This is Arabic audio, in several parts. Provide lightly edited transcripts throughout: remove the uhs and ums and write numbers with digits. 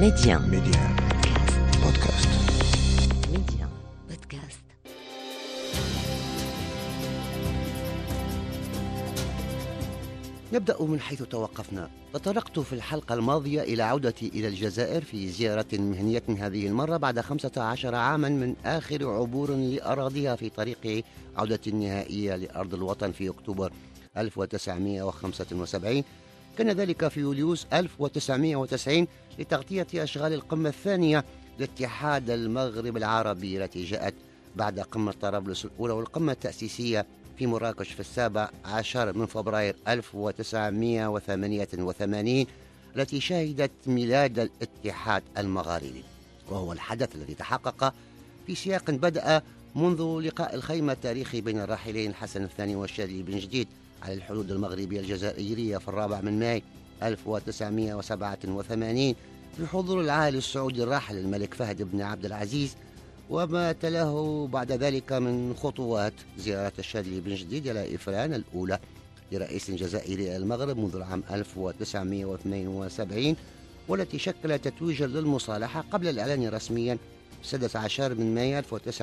Média بودكاست. Média Podcast. نبدأ من حيث توقفنا. تطرقت في الحلقة الماضية إلى عودتي إلى الجزائر في زيارة مهنية هذه المرة بعد 15 عاما من آخر عبور لأراضيها في طريق عودة النهائية لأرض الوطن في أكتوبر 1975. كان ذلك في يوليوز 1990 لتغطية أشغال القمة الثانية لاتحاد المغرب العربي التي جاءت بعد قمة طرابلس الأولى والقمة التأسيسية في مراكش في 17 من فبراير 1988 التي شهدت ميلاد الاتحاد المغاربي، وهو الحدث الذي تحقق في سياق بدأ منذ لقاء الخيمة التاريخي بين الراحلين الحسن الثاني والشاذلي بن جديد على الحدود المغربية الجزائرية في 4 من ماي 1987 بحضور العاهل السعودي الراحل الملك فهد بن عبد العزيز، وما تلاه بعد ذلك من خطوات زيارة الشاذلي بن جديد إلى إفران الأولى لرئيس جزائري إلى المغرب منذ العام 1972، والتي شكلت تتويجا للمصالحة قبل الإعلان رسميا 16 من مايو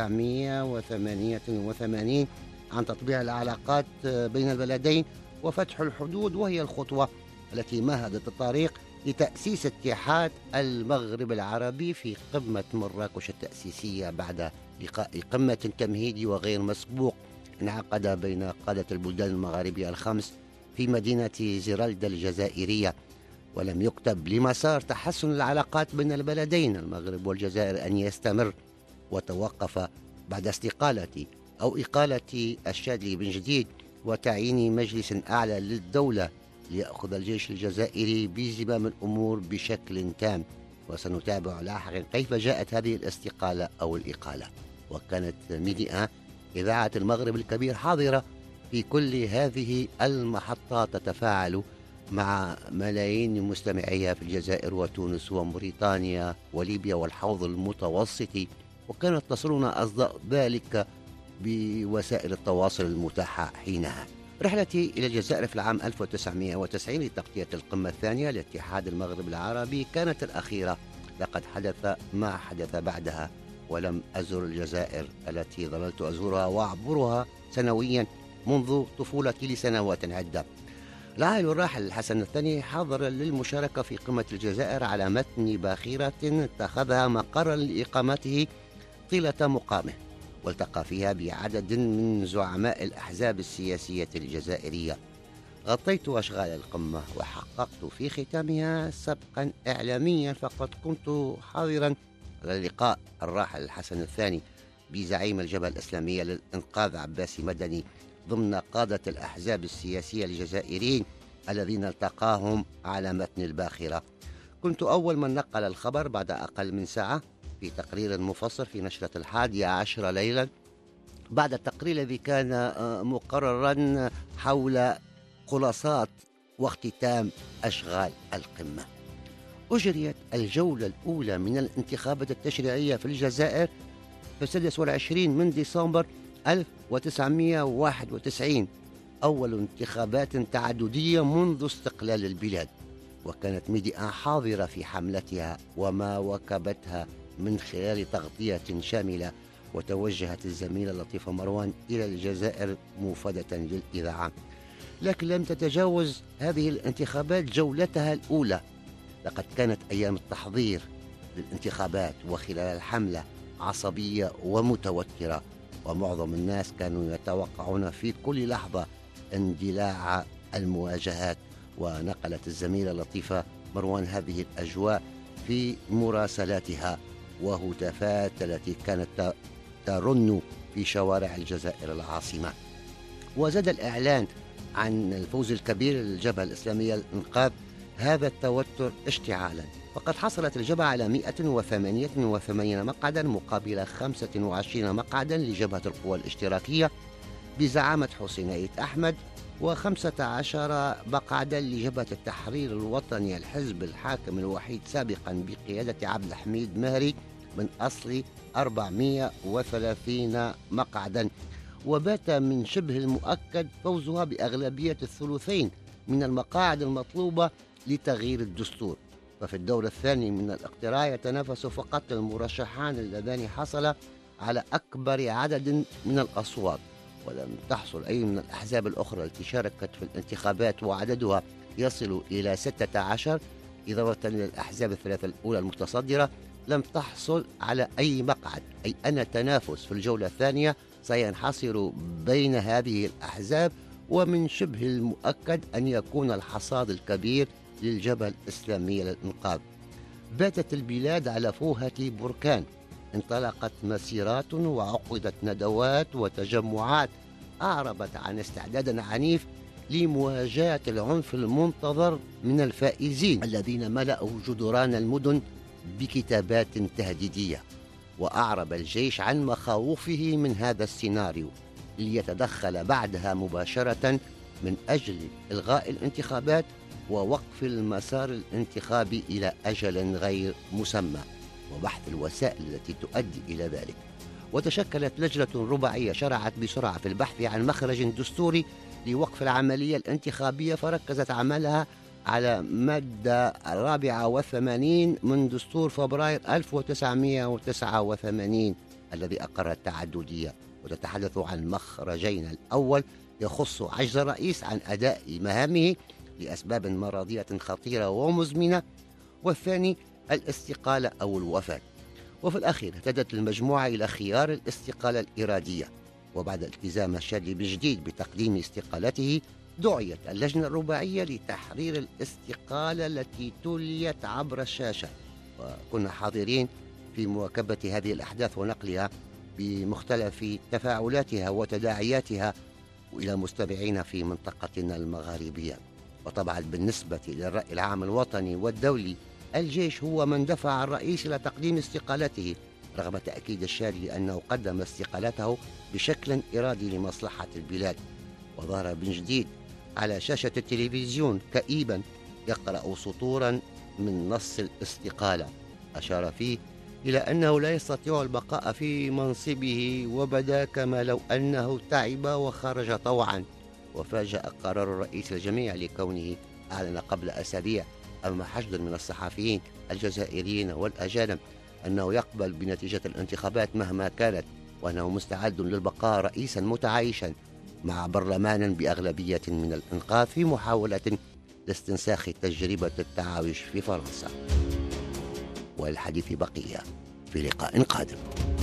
1988 عن تطبيع العلاقات بين البلدين وفتح الحدود، وهي الخطوة التي مهدت الطريق لتأسيس اتحاد المغرب العربي في قمة مراكش التأسيسية بعد لقاء قمة تمهيدي وغير مسبوق انعقد بين قادة البلدان المغاربية الخمس في مدينة زيرالدا الجزائرية. ولم يكتب لمسار تحسن العلاقات بين البلدين المغرب والجزائر أن يستمر، وتوقف بعد إقالة الشاذلي بن جديد وتعيين مجلس أعلى للدولة ليأخذ الجيش الجزائري بزمام الأمور بشكل تام. وسنتابع لاحقا كيف جاءت هذه الاستقالة أو الإقالة. وكانت ميديا إذاعة المغرب الكبير حاضرة في كل هذه المحطات، تتفاعل مع ملايين مستمعيها في الجزائر وتونس وموريتانيا وليبيا والحوض المتوسطي، وكانت تصلنا أصداء ذلك بوسائل التواصل المتاحة حينها. رحلتي إلى الجزائر في العام 1990 لتغطية القمة الثانية لاتحاد المغرب العربي كانت الأخيرة. لقد حدث ما حدث بعدها، ولم أزر الجزائر التي ظللت أزورها وأعبرها سنويا منذ طفولتي لسنوات عدة. العائل الراحل الحسن الثاني حاضر للمشاركة في قمة الجزائر على متن باخرة اتخذها مقرا لإقامته طيلة مقامه، والتقى فيها بعدد من زعماء الأحزاب السياسية الجزائرية. غطيت أشغال القمة وحققت في ختامها سبقا إعلاميا، فقد كنت حاضرا على لقاء الراحل الحسن الثاني بزعيم الجبهة الإسلامية للإنقاذ عباسي مدني ضمن قادة الأحزاب السياسية الجزائريين الذين التقاهم على متن الباخرة. كنت أول من نقل الخبر بعد أقل من ساعة في تقرير مفصل في نشرة 11 ليلا بعد التقرير الذي كان مقررا حول خلاصات واختتام أشغال القمة. أجريت الجولة الأولى من الانتخابات التشريعية في الجزائر في 26 من ديسمبر 1991، أول انتخابات تعددية منذ استقلال البلاد، وكانت ميديا حاضرة في حملتها وما وكبتها من خلال تغطية شاملة. وتوجهت الزميلة لطيفة مروان إلى الجزائر موفدة للإذاعة، لكن لم تتجاوز هذه الانتخابات جولتها الأولى. لقد كانت أيام التحضير للانتخابات وخلال الحملة عصبية ومتوترة، ومعظم الناس كانوا يتوقعون في كل لحظة اندلاع المواجهات. ونقلت الزميلة لطيفة مروان هذه الأجواء في مراسلاتها وهتافات التي كانت ترن في شوارع الجزائر العاصمة. وزاد الإعلان عن الفوز الكبير للجبهة الإسلامية للإنقاذ هذا التوتر اشتعالا، فقد حصلت الجبهة على 188 مقعدا مقابل 25 مقعدا لجبهة القوى الاشتراكية بزعامة حسين عيد أحمد، و15 مقعدا لجبهة التحرير الوطني الحزب الحاكم الوحيد سابقا بقيادة عبد الحميد مهري من أصل 430 مقعدا. وبات من شبه المؤكد فوزها بأغلبية الثلثين من المقاعد المطلوبة لتغيير الدستور. وفي الدور الثاني من الاقتراع يتنافس فقط المرشحان اللذان حصل على أكبر عدد من الأصوات، ولم تحصل أي من الأحزاب الأخرى التي شاركت في الانتخابات وعددها يصل إلى 16 إضافة للأحزاب الثلاثة الأولى المتصدرة لم تحصل على أي مقعد، أي أن التنافس في الجولة الثانية سينحصر بين هذه الأحزاب، ومن شبه المؤكد أن يكون الحصاد الكبير للجبهة الإسلامية للإنقاذ. باتت البلاد على فوهة بركان، انطلقت مسيرات وعقدت ندوات وتجمعات أعربت عن استعداد عنيف لمواجهة العنف المنتظر من الفائزين الذين ملأوا جدران المدن بكتابات تهديدية. وأعرب الجيش عن مخاوفه من هذا السيناريو ليتدخل بعدها مباشرة من أجل إلغاء الانتخابات ووقف المسار الانتخابي إلى أجل غير مسمى وبحث الوسائل التي تؤدي إلى ذلك. وتشكلت لجنة رباعية شرعت بسرعة في البحث عن مخرج دستوري لوقف العملية الانتخابية، فركزت عملها على مادة 84 من دستور فبراير 1989 الذي أقر التعددية، وتتحدث عن مخرجين: الأول يخص عجز الرئيس عن أداء مهامه لأسباب مرضية خطيرة ومزمنة، والثاني الاستقالة أو الوفاة. وفي الأخير اهتدت المجموعة إلى خيار الاستقالة الإرادية، وبعد التزام الشادي بجديد بتقديم استقالته دعيت اللجنة الرباعية لتحرير الاستقالة التي تليت عبر الشاشة، وكنا حاضرين في مواكبة هذه الأحداث ونقلها بمختلف تفاعلاتها وتداعياتها إلى مستمعين في منطقتنا المغاربية. وطبعا بالنسبة للرأي العام الوطني والدولي، الجيش هو من دفع الرئيس إلى تقديم استقالته رغم تأكيد الشادي أنه قدم استقالته بشكل إرادي لمصلحة البلاد. وظهر من جديد على شاشة التلفزيون كئيبا يقرأ سطورا من نص الاستقالة أشار فيه إلى أنه لا يستطيع البقاء في منصبه، وبدا كما لو أنه تعب وخرج طوعا. وفاجأ قرار الرئيس الجميع لكونه أعلن قبل أسابيع أمام حشد من الصحفيين الجزائريين والأجانب أنه يقبل بنتيجة الانتخابات مهما كانت، وأنه مستعد للبقاء رئيسا متعايشا مع برلمان بأغلبية من الإنقاذ في محاولة لاستنساخ تجربة التعايش في فرنسا. والحديث بقية في لقاء قادم.